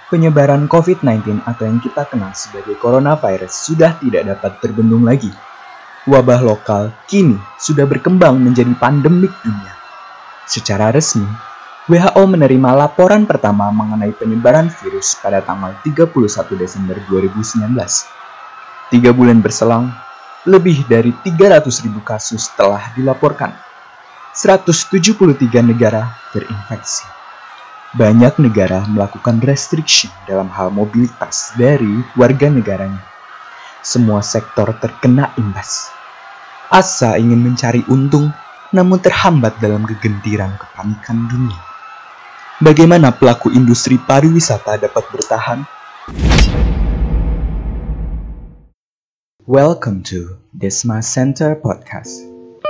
Penyebaran COVID-19 atau yang kita kenal sebagai coronavirus sudah tidak dapat terbendung lagi. Wabah lokal kini sudah berkembang menjadi pandemik dunia. Secara resmi, WHO menerima laporan pertama mengenai penyebaran virus pada tanggal 31 Desember 2019. 3 bulan berselang, lebih dari 300.000 kasus telah dilaporkan. 173 negara terinfeksi. Banyak negara melakukan restriction dalam hal mobilitas dari warga negaranya. Semua sektor terkena imbas. Asa ingin mencari untung, namun terhambat dalam kegentiran kepanikan dunia. Bagaimana pelaku industri pariwisata dapat bertahan? Welcome to Desma Center Podcast.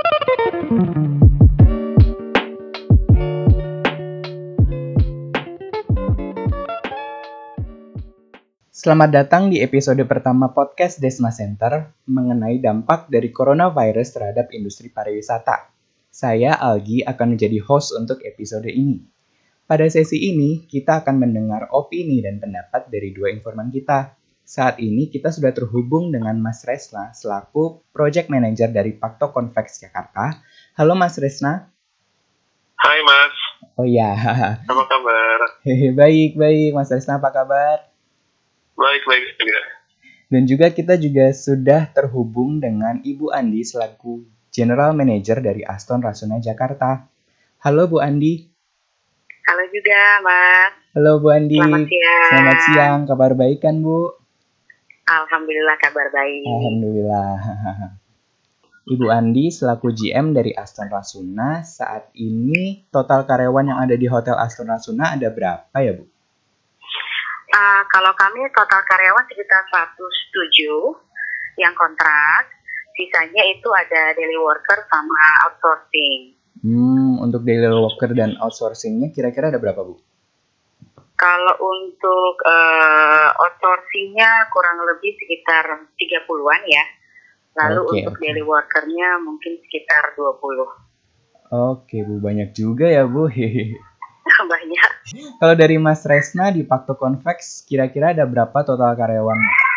Selamat datang di episode pertama podcast Desma Center mengenai dampak dari coronavirus terhadap industri pariwisata. Saya, Algi, akan menjadi host untuk episode ini. Pada sesi ini, kita akan mendengar opini dan pendapat dari dua informan kita. Saat ini kita sudah terhubung dengan Mas Resna selaku Project Manager dari Pakto Convex Jakarta. Halo Mas Resna. Hai Mas. Oh ya. Apa kabar? Baik. Mas Resna apa kabar? Baik juga. Dan juga kita sudah terhubung dengan Ibu Andi selaku General Manager dari Aston Rasuna Jakarta. Halo Bu Andi. Halo juga Mas. Halo Bu Andi. Selamat siang. Kabar baik kan Bu? Alhamdulillah kabar baik. Alhamdulillah. Ibu Andi selaku GM dari Aston Rasuna, saat ini total karyawan yang ada di Hotel Aston Rasuna ada berapa ya Bu? Kalau kami total karyawan sekitar 107 yang kontrak, sisanya itu ada daily worker sama outsourcing. Untuk daily worker dan outsourcingnya kira-kira ada berapa Bu? Kalau untuk outsourcingnya kurang lebih sekitar 30-an ya. Lalu untuk daily workernya mungkin sekitar 20. Oke Bu, banyak juga ya Bu. Banyak. Kalau dari Mas Resna di Pakto Convex, kira-kira ada berapa total karyawan?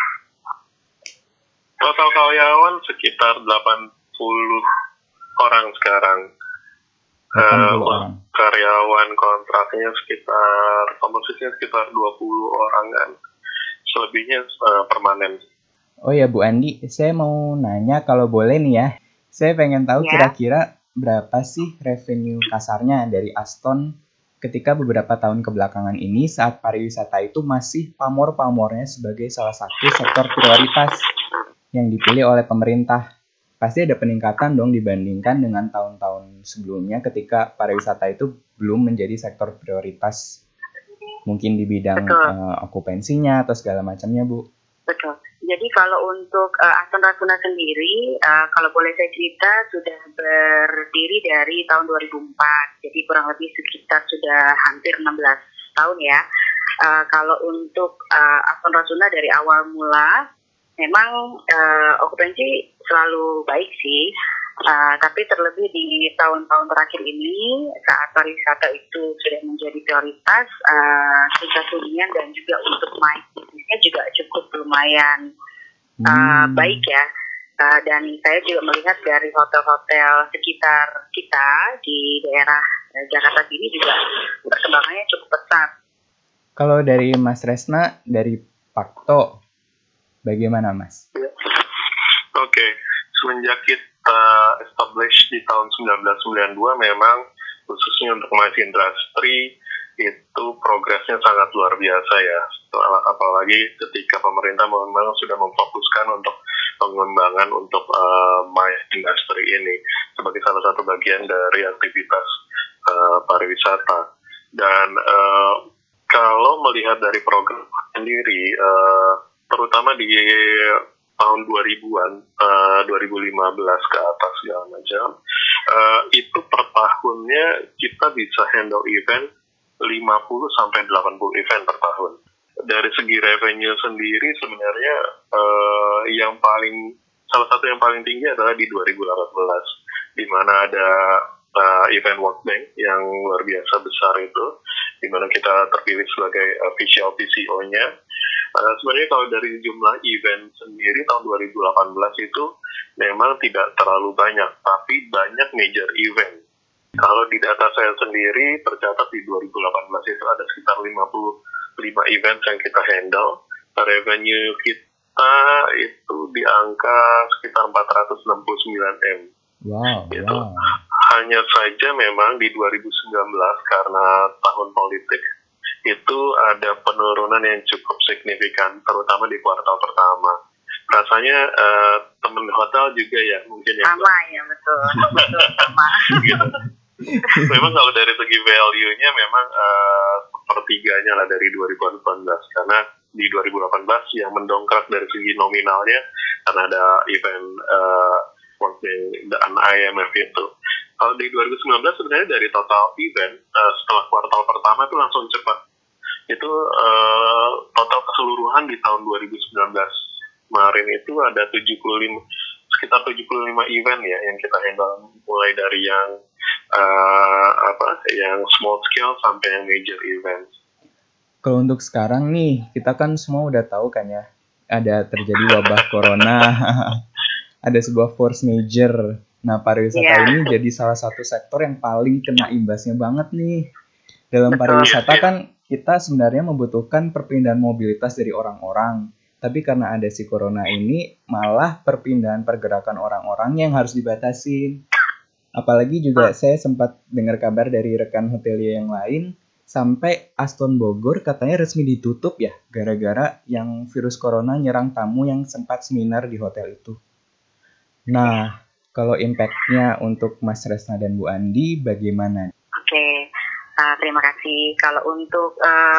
Total karyawan sekitar 80 orang sekarang. 80 orang. Karyawan kontraknya komposisinya sekitar 20 orang kan. Selebihnya permanen. Oh ya Bu Andi, saya mau nanya kalau boleh nih ya. Saya pengen tahu kira-kira berapa sih revenue kasarnya dari Aston ketika beberapa tahun kebelakangan ini saat pariwisata itu masih pamor-pamornya sebagai salah satu sektor prioritas yang dipilih oleh pemerintah. Pasti ada peningkatan dong dibandingkan dengan tahun-tahun sebelumnya ketika pariwisata itu belum menjadi sektor prioritas. Mungkin di bidang okupansinya atau segala macamnya Bu. Betul. Jadi kalau untuk Aston Rasuna sendiri, kalau boleh saya cerita, sudah berdiri dari tahun 2004. Jadi kurang lebih sekitar sudah hampir 16 tahun ya. Kalau untuk Aston Rasuna dari awal mula, memang okupansi selalu baik sih. Tapi terlebih di tahun-tahun terakhir ini, saat pariwisata itu sudah menjadi prioritas, tingkat hunian dan juga untuk naik bisnisnya juga cukup lumayan baik ya. Dan saya juga melihat dari hotel-hotel sekitar kita di daerah Jakarta sini juga perkembangannya cukup pesat. Kalau dari Mas Resna, dari Pakto, bagaimana Mas? Oke, semenjak kita establish di tahun 1992 memang khususnya untuk MICE industry itu progresnya sangat luar biasa ya. Apalagi ketika pemerintah memang sudah memfokuskan untuk pengembangan untuk MICE industry ini sebagai salah satu bagian dari aktivitas pariwisata. Dan kalau melihat dari program sendiri, terutama di tahun 2000-an, 2015 ke atas segala macam, itu per tahunnya kita bisa handle event 50-80 event per tahun. Dari segi revenue sendiri sebenarnya salah satu yang paling tinggi adalah di 2018, di mana ada event World Bank yang luar biasa besar itu, di mana kita terpilih sebagai official PCO-nya. Sebenarnya kalau dari jumlah event sendiri tahun 2018 itu memang tidak terlalu banyak, tapi banyak major event. Kalau di data saya sendiri tercatat di 2018 itu ada sekitar 55 event yang kita handle. Revenue kita itu di angka sekitar 469 M. Wow, Gitu. wow. Hanya saja memang di 2019 karena tahun politik itu ada penurunan yang cukup signifikan, terutama di kuartal pertama. Rasanya temen hotel juga ya mungkin ya. Sama ya, betul sama. Gitu. Memang kalau dari segi value-nya memang sepertiganya lah dari 2018, karena di 2018 yang mendongkrak dari segi nominalnya karena ada event World Bank dan IMF itu. Kalau di 2019 sebenarnya dari total event setelah kuartal pertama itu langsung cepat. Itu total keseluruhan di tahun 2019 kemarin itu ada sekitar 75 event ya yang kita handle, mulai dari yang yang small scale sampai yang major event. Kalau untuk sekarang nih, kita kan semua udah tahu kan ya, ada terjadi wabah corona, ada sebuah force major. Nah, pariwisata ini jadi salah satu sektor yang paling kena imbasnya banget nih. Dalam pariwisata kan kita sebenarnya membutuhkan perpindahan mobilitas dari orang-orang. Tapi karena ada si corona ini, malah perpindahan pergerakan orang-orang yang harus dibatasin. Apalagi juga saya sempat dengar kabar dari rekan hotelier yang lain, sampai Aston Bogor katanya resmi ditutup ya, gara-gara yang virus corona nyerang tamu yang sempat seminar di hotel itu. Nah, kalau impact-nya untuk Mas Resna dan Bu Andi, bagaimana? Oke, terima kasih. Kalau untuk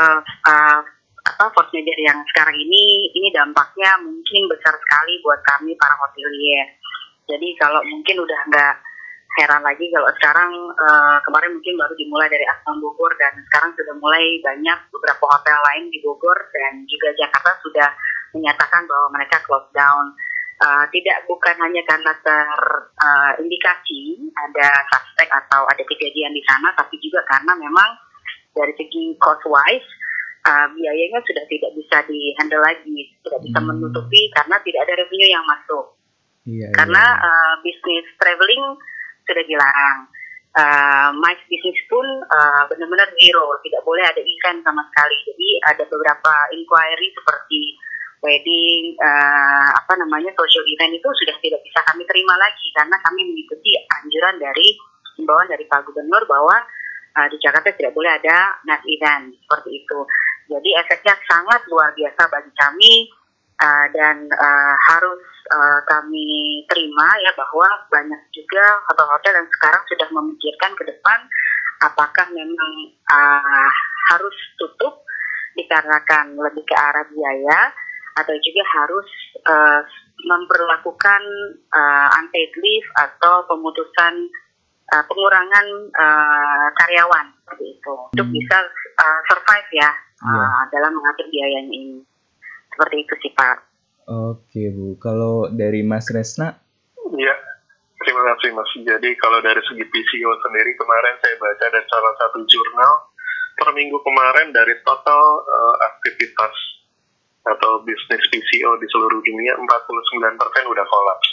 force major yang sekarang ini dampaknya mungkin besar sekali buat kami para hotelier. Jadi kalau mungkin udah nggak heran lagi kalau sekarang kemarin mungkin baru dimulai dari Aston Bogor dan sekarang sudah mulai banyak beberapa hotel lain di Bogor dan juga Jakarta sudah menyatakan bahwa mereka close down. Bukan hanya karena terindikasi ada suspek atau ada kejadian di sana, tapi juga karena memang dari segi cost wise biayanya sudah tidak bisa di-handle lagi, tidak bisa menutupi karena tidak ada revenue yang masuk. Karena bisnis traveling sudah dilarang. MICE business pun benar-benar zero, tidak boleh ada event sama sekali. Jadi ada beberapa inquiry seperti wedding, social event itu sudah tidak bisa kami terima lagi karena kami mengikuti anjuran dari himbauan dari Pak Gubernur bahwa di Jakarta tidak boleh ada night event seperti itu. Jadi efeknya sangat luar biasa bagi kami dan harus kami terima ya bahwa banyak juga hotel-hotel yang sekarang sudah memikirkan ke depan apakah memang harus tutup dikarenakan lebih ke arah biaya atau juga harus memperlakukan unpaid leave atau pemutusan pengurangan karyawan seperti itu untuk bisa survive ya dalam mengatur biayanya ini. Seperti itu sih Pak. Oke Bu, kalau dari Mas Resna? Ya, terima kasih Mas. Jadi kalau dari segi PCO sendiri kemarin saya baca dari salah satu jurnal per minggu kemarin dari total aktivitas atau bisnis PCO di seluruh dunia 49% udah kolaps.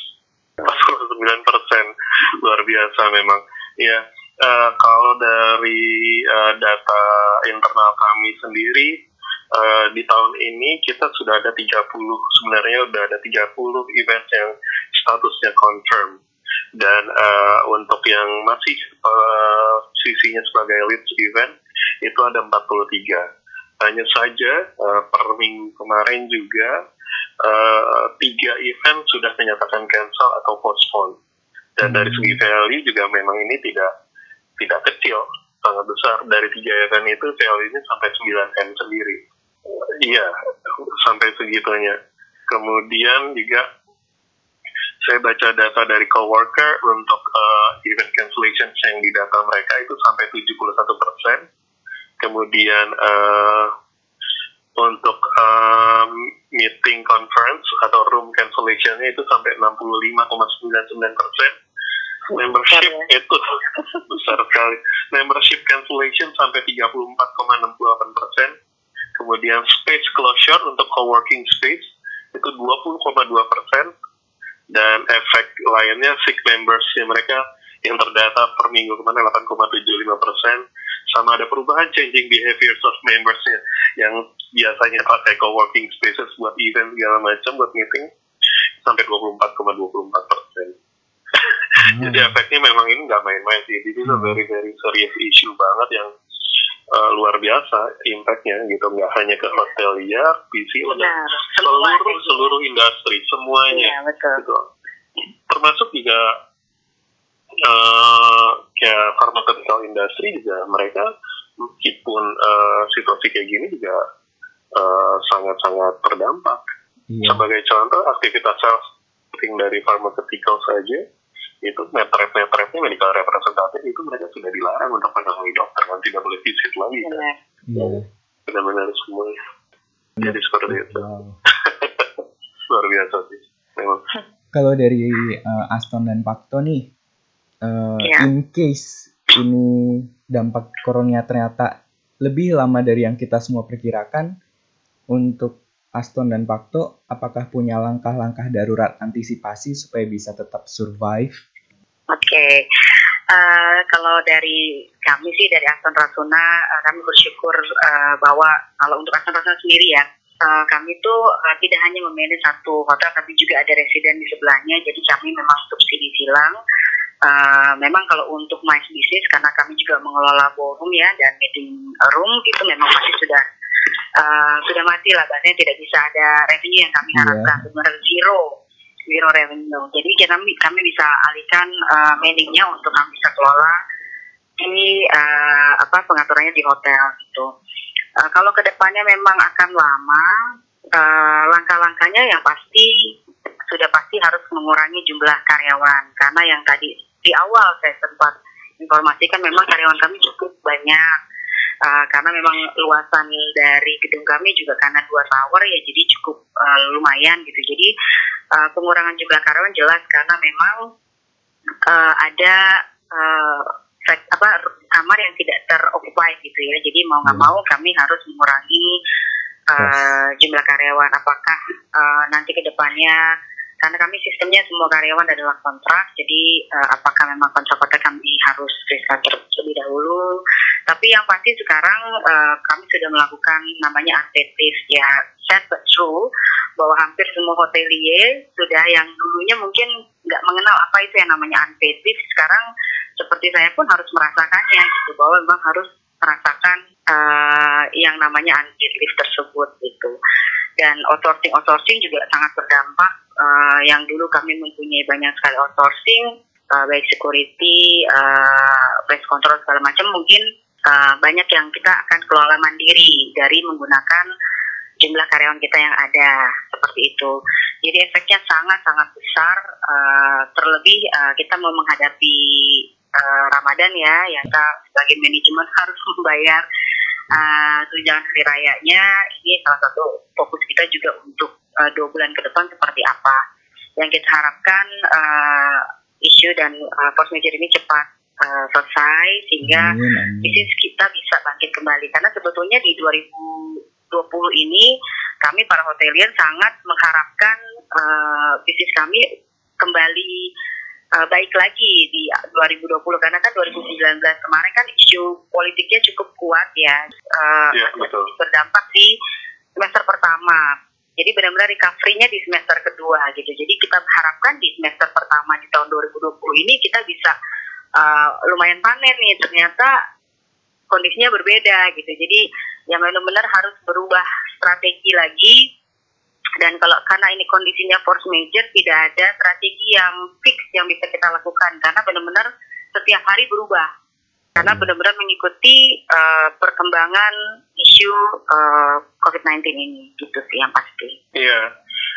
49% luar biasa memang. Ya, kalau dari data internal kami sendiri di tahun ini kita sudah ada 30, sebenarnya udah ada 30 event yang statusnya confirm. Dan untuk yang masih sisinya sebagai leads event itu ada 43. Hanya saja per minggu kemarin juga 3 event sudah menyatakan cancel atau postpone. Dan dari segi value juga memang ini tidak kecil, sangat besar. Dari 3 event itu value-nya sampai 9 M sendiri. Iya, sampai segitunya. Kemudian juga saya baca data dari coworker untuk event cancellation yang di data mereka itu sampai 71%. Kemudian untuk meeting conference atau room cancellation-nya itu sampai 65,99%. Membership itu besar sekali. Membership cancellation sampai 34,68%. Kemudian space closure untuk co-working space itu 20,2%. Dan efek lainnya sick members mereka yang terdata per minggu kemarin 8,75%. Sama ada perubahan changing behaviors of membersnya yang biasanya pakai co-working spaces buat event segala macam, buat meeting, sampai 24,24%. Jadi efeknya memang ini nggak main-main sih. Ini tuh very serious issue banget yang luar biasa impactnya gitu. Nggak hanya ke hotelier, PC, seluruh industri semuanya. Ya, betul. Gitu. Termasuk juga kayak pharmaceutical industry juga, mereka meskipun situasi kayak gini juga sangat-sangat terdampak. Sebagai contoh, aktivitas sales dari pharmaceutical saja itu metrep-metrepnya medical representative itu mereka sudah dilarang untuk menemui dokter, kan tidak boleh visit lagi kan. Benar-benar semuanya jadi seperti itu. Luar biasa sih memang. Kalau dari Aston dan Pakto nih, in case ini dampak corona ternyata lebih lama dari yang kita semua perkirakan, untuk Aston dan Pakto apakah punya langkah-langkah darurat antisipasi supaya bisa tetap survive? Oke. Kalau dari kami sih, dari Aston Rasuna, kami bersyukur bahwa kalau untuk Aston Rasuna sendiri ya, kami tuh tidak hanya memanage satu hotel, tapi juga ada residen di sebelahnya. Jadi kami memang subsidi silang. Memang kalau untuk MICE business, karena kami juga mengelola ballroom ya dan meeting room, itu memang pasti sudah mati lah, bahasanya tidak bisa ada revenue yang kami harapkan, benar zero revenue. Jadi kami bisa alihkan managenya untuk kami bisa kelola ini pengaturannya di hotel gitu. Kalau kedepannya memang akan lama, langkah-langkahnya yang pasti harus mengurangi jumlah karyawan, karena yang tadi di awal saya sempat informasikan memang karyawan kami cukup banyak. Karena memang luasan dari gedung kami juga karena 2 tower ya, jadi cukup lumayan gitu. Jadi pengurangan jumlah karyawan jelas, karena memang ada kamar yang tidak teroccupy gitu ya. Jadi mau nggak mau kami harus mengurangi jumlah karyawan. Apakah nanti ke depannya, karena kami sistemnya semua karyawan adalah kontrak, jadi apakah memang kontrak kami harus restart terlebih dahulu. Tapi yang pasti sekarang kami sudah melakukan namanya unpaid leave ya, sad but true, bahwa hampir semua hotelier sudah, yang dulunya mungkin nggak mengenal apa itu yang namanya unpaid leave, sekarang seperti saya pun harus merasakannya gitu, bahwa memang harus merasakan yang namanya unpaid leave tersebut gitu. Dan outsourcing juga sangat berdampak. Yang dulu kami mempunyai banyak sekali outsourcing, baik security, pest control segala macam, mungkin banyak yang kita akan kelola mandiri dari menggunakan jumlah karyawan kita yang ada, seperti itu. Jadi efeknya sangat-sangat besar, terlebih kita mau menghadapi Ramadan ya, yang kita sebagai manajemen harus membayar tunjangan hari rayanya. Ini salah satu fokus kita juga untuk 2 bulan ke depan seperti apa. Yang kita harapkan isu dan force majeure ini cepat selesai, sehingga bisnis kita bisa bangkit kembali. Karena sebetulnya di 2020 ini kami para hotelier sangat mengharapkan bisnis kami kembali baik lagi di 2020, karena kan 2019 kemarin kan isu politiknya cukup kuat ya, berdampak di semester pertama. Jadi benar-benar recovery-nya di semester kedua gitu. Jadi kita harapkan di semester pertama di tahun 2020 ini kita bisa lumayan panen nih. Ternyata kondisinya berbeda gitu. Jadi yang benar-benar harus berubah strategi lagi. Dan karena ini kondisinya force majeure, tidak ada strategi yang fix yang bisa kita lakukan, karena benar-benar setiap hari berubah. Karena benar-benar mengikuti perkembangan isu COVID-19 ini, gitu sih yang pasti. Iya,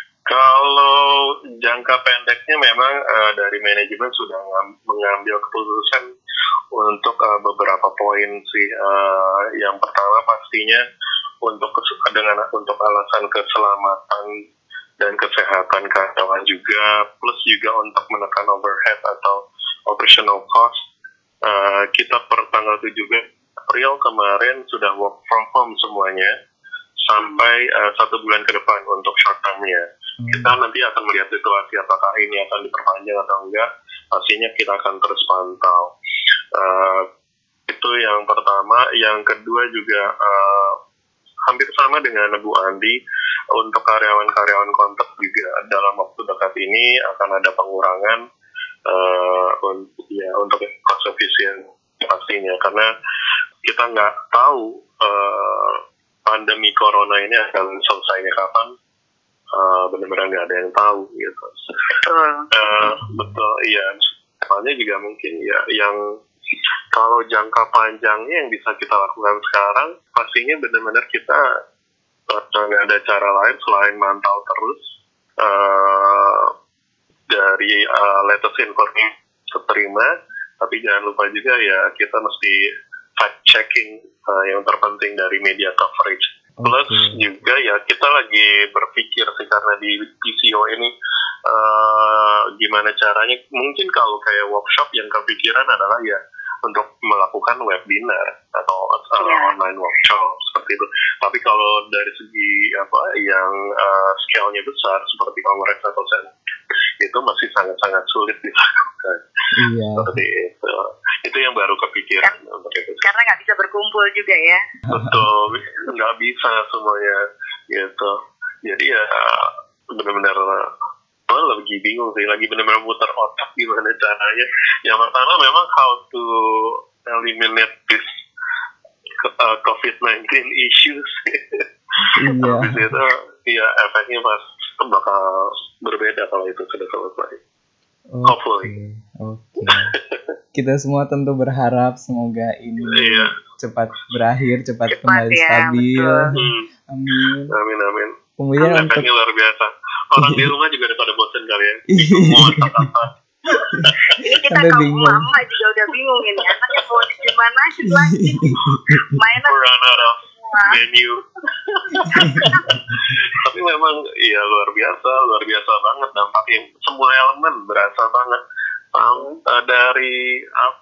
kalau jangka pendeknya memang dari manajemen sudah mengambil keputusan untuk beberapa poin sih. Yang pertama pastinya untuk alasan keselamatan dan kesehatan karyawan juga, plus juga untuk menekan overhead atau operational cost, kita per tanggal 17 April kemarin sudah work from home semuanya sampai 1 bulan ke depan untuk short term-nya. Kita nanti akan melihat situasi apakah ini akan diperpanjang atau enggak. Pastinya kita akan terus pantau. Itu yang pertama. Yang kedua juga hampir sama dengan Bu Andi, untuk karyawan-karyawan kontrak juga dalam waktu dekat ini akan ada pengurangan untuk cost efisien pastinya, karena kita nggak tahu pandemi corona ini akan selesainya kapan. Benar-benar nggak ada yang tahu gitu. Betul, iya. Soalnya juga mungkin ya yang kalau jangka panjangnya yang bisa kita lakukan sekarang, pastinya benar-benar kita nggak ada cara lain selain mantau terus dari latest information terima, tapi jangan lupa juga ya kita mesti fact checking yang terpenting dari media coverage. Plus juga ya kita lagi berpikir sih, karena di PCO ini gimana caranya, mungkin kalau kayak workshop yang kepikiran adalah ya untuk melakukan webinar atau online workshop seperti itu. Tapi kalau dari segi yang scale-nya besar seperti kongres atau seminar, itu masih sangat-sangat sulit dilakukan. Iya. Seperti itu. Itu yang baru kepikiran untuk itu. Karena nggak bisa berkumpul juga ya. Betul, nggak bisa semuanya gitu. Jadi ya benar-benar lagi bingung sih, lagi benar-benar muter otak gimana caranya. Yang pertama memang how to eliminate this COVID-19 issues. Iya. Habis itu ya efeknya bakal berbeda kalau itu sudah selesai. Hopefully. Oke. Kita semua tentu berharap semoga ini cepat berakhir, cepat kembali stabil. Amin. Amin. Kemudian untuk efeknya luar biasa. Orang di rumah juga udah pada bosan kali ya. Semua apa. Ini kita kaum mama juga udah bingung ini. Anaknya mau gimana sih lagi? Mainan run out of menu. Tapi memang ya luar biasa banget dampaknya. Semua elemen berasa banget. Dari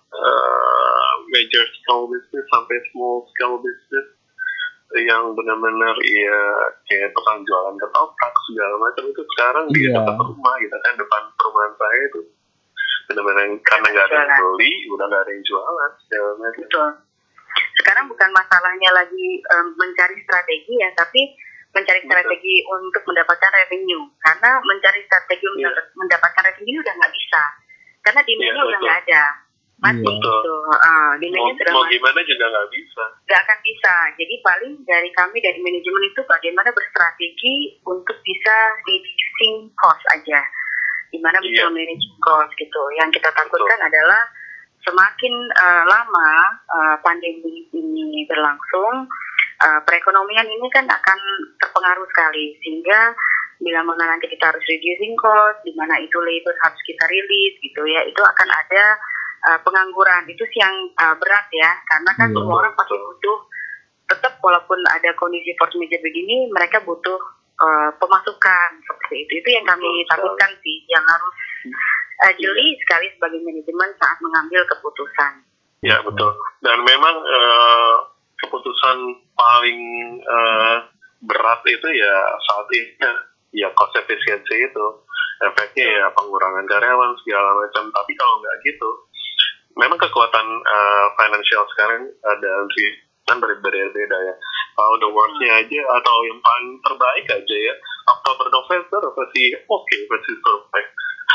major scale business sampai small scale business yang benar-benar ya kayak tukang jualan ketoprak segala macam itu sekarang di dekat rumah gitu kan, depan perumahan saya itu benar-benar karena nggak ada yang beli, udah nggak ada yang jualan segala macam. Betul. Sekarang bukan masalahnya lagi mencari strategi ya, tapi mencari strategi untuk mendapatkan revenue. Karena mencari strategi mendapatkan revenue udah nggak bisa, karena demand-nya udah nggak ada. Mati gitu. Demand-nya sudah mau gimana juga nggak bisa. Nggak akan bisa. Jadi paling dari kami, dari manajemen itu bagaimana berstrategi untuk bisa reducing cost aja. Gimana bisa manage cost gitu. Yang kita takutkan adalah semakin lama pandemi ini berlangsung, perekonomian ini kan akan terpengaruh sekali. Sehingga bila mana nanti kita harus reducing cost, di mana itu labor harus kita release gitu ya, itu akan ada pengangguran. Itu sih yang berat ya, karena kan semua orang pasti butuh, tetap walaupun ada kondisi force majeure begini, mereka butuh pemasukan seperti itu. Itu yang kami takutkan sih, yang harus jeli sekali sebagai manajemen saat mengambil keputusan. Ya betul, dan memang keputusan paling berat itu ya saat ini ya cost efficiency itu, efeknya ya pengurangan karyawan segala macam. Tapi kalau nggak gitu, memang kekuatan financial sekarang ada sih kan berbeda-beda ya. Kalau the worst-nya aja atau yang paling terbaik aja ya, Oktober November pasti pasti survive.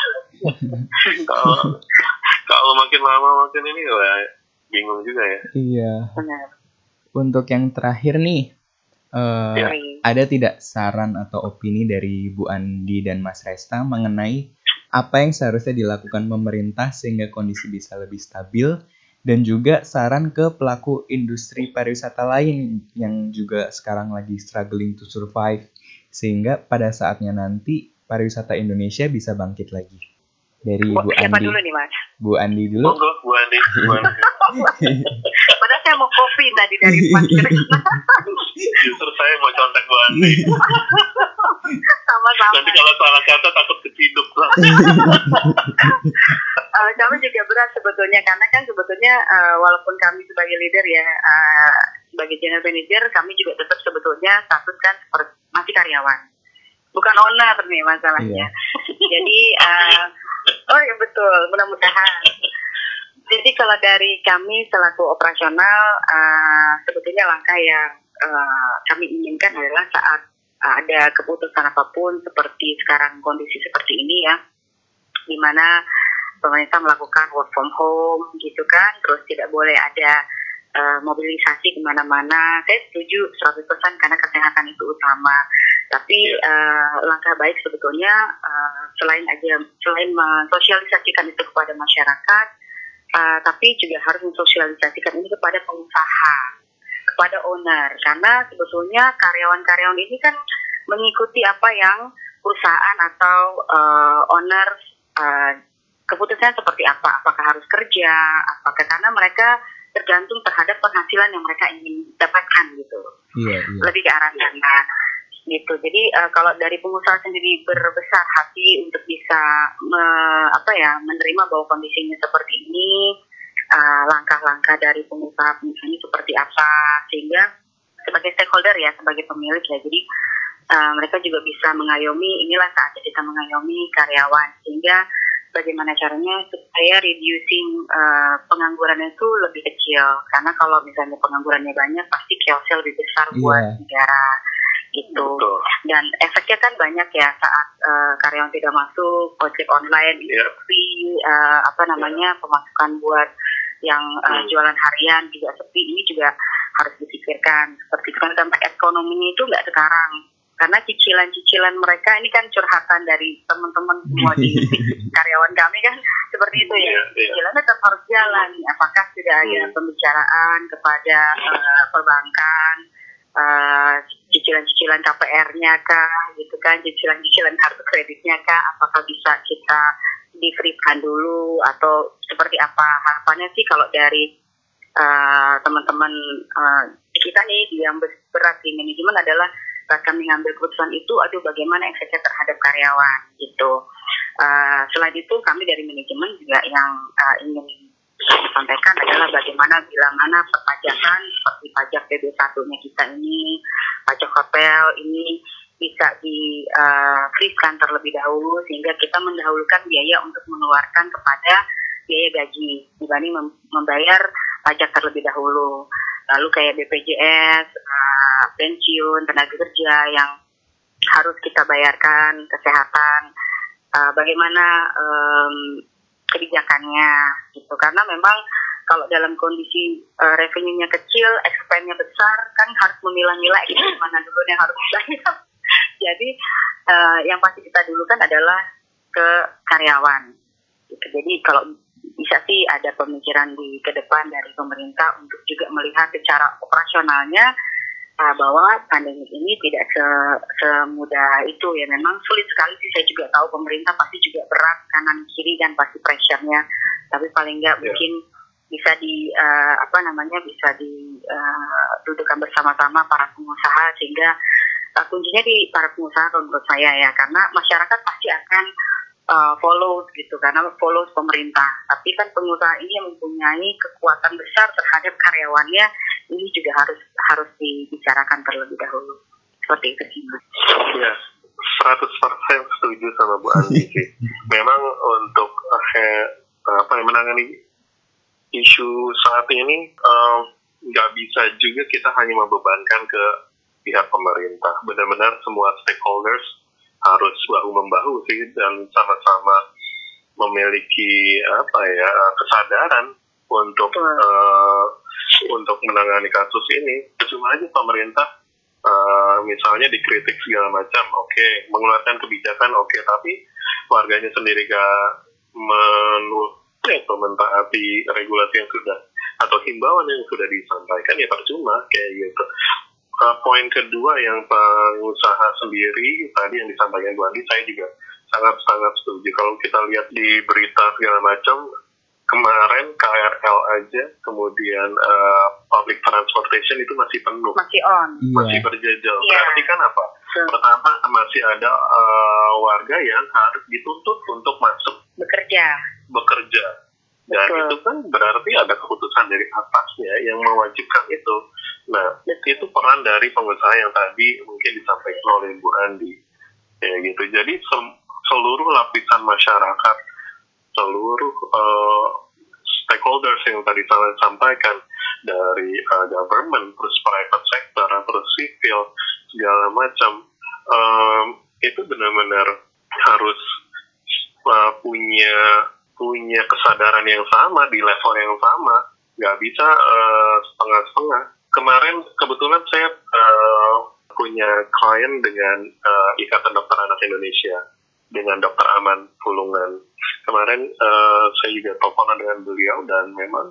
Kalau makin lama makin ini ya bingung juga ya. Iya. Benar. Untuk yang terakhir nih, ada tidak saran atau opini dari Bu Andi dan Mas Resta mengenai apa yang seharusnya dilakukan pemerintah sehingga kondisi bisa lebih stabil, dan juga saran ke pelaku industri pariwisata lain yang juga sekarang lagi struggling to survive, sehingga pada saatnya nanti pariwisata Indonesia bisa bangkit lagi. Dari Bu Andi. Siapa dulu nih, Mas? Bu Andi dulu. Bu Andi. Padahal saya mau kopi tadi dari Mas Krisna. Justru saya mau contek Bu Andi. Sama-sama. Nanti kalau salah kata takut keciduk lah. Kami juga berat sebetulnya, karena kan sebetulnya walaupun kami sebagai leader ya, sebagai general manager, kami juga tetap sebetulnya status kan masih karyawan, bukan owner nih masalahnya. Jadi oh ya betul, mudah-mudahan. Jadi kalau dari kami selaku operasional, sebetulnya langkah yang kami inginkan adalah saat ada keputusan apapun seperti sekarang kondisi seperti ini ya, di mana pemerintah melakukan work from home gitu kan, terus tidak boleh ada mobilisasi kemana-mana. Saya setuju 100% karena kesehatan itu utama. Tapi langkah baik sebetulnya selain mensosialisasikan itu kepada masyarakat, tapi juga harus mensosialisasikan ini kepada pengusaha, kepada owner, karena sebetulnya karyawan-karyawan ini kan mengikuti apa yang perusahaan atau owner keputusan seperti apa, apakah harus kerja, apakah karena mereka tergantung terhadap penghasilan yang mereka ingin dapatkan gitu. Lebih ke arah sana gitu. Jadi kalau dari pengusaha sendiri berbesar hati untuk bisa menerima bahwa kondisinya seperti ini, langkah-langkah dari pengusaha ini seperti apa, sehingga sebagai stakeholder ya, sebagai pemilik ya, jadi mereka juga bisa mengayomi, inilah saatnya kita mengayomi karyawan, sehingga bagaimana caranya supaya reducing pengangguran itu lebih kecil, karena kalau misalnya penganggurannya banyak pasti chaosnya lebih besar buat negara gitu. Dan efeknya kan banyak ya saat karyawan tidak masuk, ojek online sepi, pemasukan buat yang jualan harian juga sepi, ini juga harus dipikirkan. Seperti itu kan dampak ekonominya itu nggak sekarang, karena cicilan-cicilan mereka ini kan curhatan dari teman-teman semua di karyawan kami kan seperti itu ya. Cicilannya tetap harus jalan. Apakah sudah ada pembicaraan kepada perbankan, cicilan-cicilan KPR-nya kah, gitu kan, cicilan-cicilan kartu kreditnya kah, apakah bisa kita di-freeze-kan dulu atau seperti apa? Harapannya sih kalau dari teman-teman kita nih yang berat di manajemen adalah saat kami ngambil keputusan itu, bagaimana efeknya terhadap karyawan gitu. Selain itu kami dari manajemen juga yang ingin sampaikan adalah bagaimana bila mana perpajakan seperti pajak PB1-nya kita ini, pajak hotel ini bisa di-freeze-kan terlebih dahulu, sehingga kita mendahulukan biaya untuk mengeluarkan kepada biaya gaji dibanding membayar pajak terlebih dahulu. Lalu kayak BPJS, pensiun, tenaga kerja yang harus kita bayarkan, kesehatan, bagaimana kebijakannya gitu. Karena memang kalau dalam kondisi revenue-nya kecil, expense-nya besar, kan harus memilah-milah mana dulu yang harus dibayar. Jadi yang pasti kita dulukan adalah ke karyawan gitu. Jadi kalau bisa sih ada pemikiran ke depan dari pemerintah untuk juga melihat secara operasionalnya bahwa pandemi ini tidak semudah itu ya. Memang sulit sekali sih, saya juga tahu pemerintah pasti juga berat kanan kiri dan pasti pressure-nya, tapi paling nggak mungkin bisa bisa didudukan bersama-sama para pengusaha, sehingga kuncinya di para pengusaha kalau menurut saya ya, karena masyarakat pasti akan follow gitu, karena follow pemerintah. Tapi kan pengusaha ini yang mempunyai kekuatan besar terhadap karyawannya, ini juga harus dibicarakan terlebih dahulu. Seperti itu sih. Ya, 100% setuju sama Bu Andi sih. Memang untuk menangani isu saat ini nggak bisa juga kita hanya membebankan ke pihak pemerintah. Benar-benar semua stakeholders harus bahu-membahu sih, dan sama-sama memiliki kesadaran untuk menangani kasus ini. Cuma aja pemerintah misalnya dikritik segala macam, mengeluarkan kebijakan, tapi warganya sendiri gak mentaati regulasi yang sudah atau himbauan yang sudah disampaikan, ya percuma kayak gitu. Poin kedua yang pengusaha sendiri tadi yang disampaikan Bu Andi, saya juga sangat-sangat setuju. Kalau kita lihat di berita segala macam, kemarin KRL aja, kemudian public transportation itu masih penuh, masih on, masih berjejel. Berarti kan apa? Pertama, masih ada warga yang harus dituntut untuk masuk bekerja. Dan itu kan berarti ada keputusan dari atasnya yang mewajibkan itu. Nah, itu peran dari pengusaha yang tadi mungkin disampaikan oleh Bu Andi. Ya gitu. Jadi seluruh lapisan masyarakat, seluruh stakeholders yang tadi saya sampaikan, dari government, terus private sector, terus sipil, segala macam, itu benar-benar harus punya kesadaran yang sama di level yang sama, nggak bisa setengah-setengah. Kemarin kebetulan saya punya klien dengan Ikatan Dokter Anak Indonesia, dengan Dr. Aman Pulungan. Kemarin saya juga teleponan dengan beliau dan memang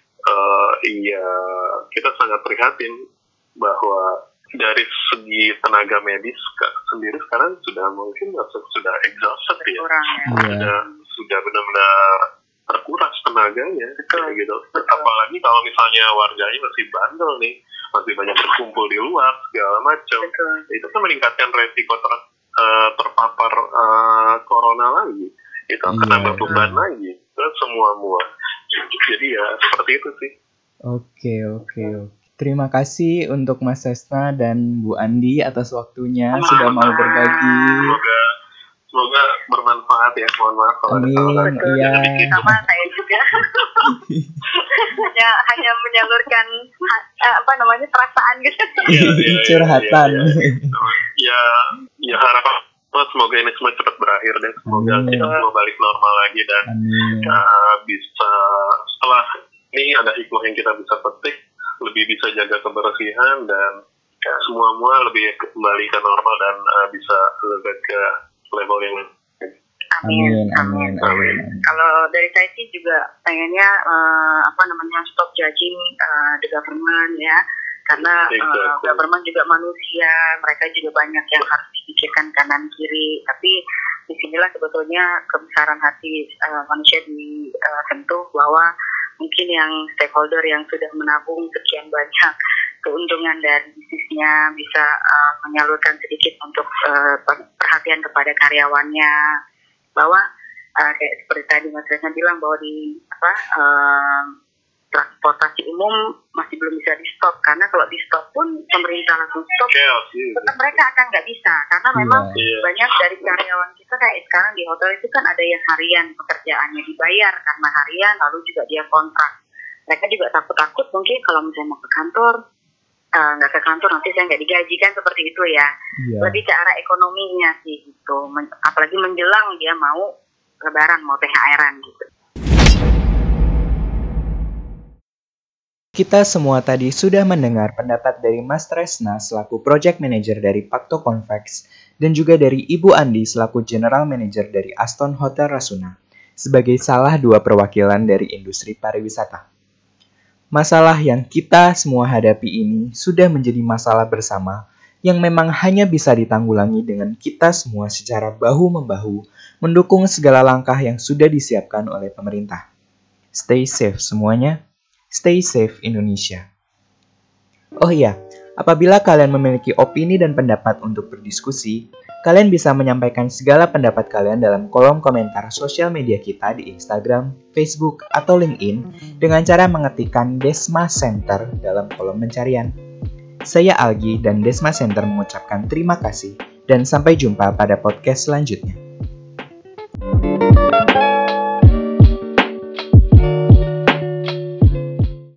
kita sangat prihatin bahwa dari segi tenaga medis sendiri sekarang sudah mungkin sudah exhausted ya, sudah benar-benar terkuras tenaganya, gitu. Apalagi kalau misalnya warganya masih bandel nih, masih banyak berkumpul di luar segala macam, itu kan meningkatkan resiko terpapar corona lagi, itu akan nambah beban lagi ke semua. Jadi ya seperti itu sih. Oke. Terima kasih untuk Mas Sesna dan Bu Andi atas waktunya sudah mau berbagi. Semoga bermanfaat ya. Mohon maaf kalau ada salah. Iya. Sama saya juga. hanya menyalurkan perasaan gitu. Curhatan. Ya harapan semoga ini semua cepat berakhir deh. Semoga kita semua balik normal lagi dan bisa setelah ini ada hikmah yang kita bisa petik, lebih bisa jaga kebersihan dan semua lebih kembali ke normal dan bisa lebih ke level yang lain. Amin. Kalau dari saya sih juga pengennya stop judging the government ya, karena government juga manusia, mereka juga banyak yang harus dipikirkan kanan kiri. Tapi disinilah sebetulnya kebesaran hati manusia disentuh bahwa mungkin yang stakeholder yang sudah menabung sekian banyak keuntungan dari bisnisnya bisa menyalurkan sedikit untuk perhatian kepada karyawannya, bahwa kayak seperti tadi Mas Resna bilang bahwa di transportasi umum masih belum bisa di stop, karena kalau di stop pun pemerintah langsung stop, tetap mereka akan nggak bisa, karena memang banyak dari karyawan kita kayak sekarang di hotel itu kan ada yang harian pekerjaannya dibayar karena harian, lalu juga dia kontrak. Mereka juga takut mungkin kalau misalnya mau ke kantor, nggak ke kantor nanti saya nggak digaji kan, seperti itu ya. Lebih ke arah ekonominya sih gitu, apalagi menjelang dia mau lebaran, mau THR-an gitu. Kita semua tadi sudah mendengar pendapat dari Mas Tresna selaku Project Manager dari Pakto Convex dan juga dari Ibu Andi selaku General Manager dari Aston Hotel Rasuna sebagai salah dua perwakilan dari industri pariwisata. Masalah yang kita semua hadapi ini sudah menjadi masalah bersama yang memang hanya bisa ditanggulangi dengan kita semua secara bahu-membahu mendukung segala langkah yang sudah disiapkan oleh pemerintah. Stay safe semuanya. Stay safe Indonesia. Oh iya, apabila kalian memiliki opini dan pendapat untuk berdiskusi, kalian bisa menyampaikan segala pendapat kalian dalam kolom komentar sosial media kita di Instagram, Facebook, atau LinkedIn dengan cara mengetikkan Desma Center dalam kolom pencarian. Saya Algi dan Desma Center mengucapkan terima kasih dan sampai jumpa pada podcast selanjutnya.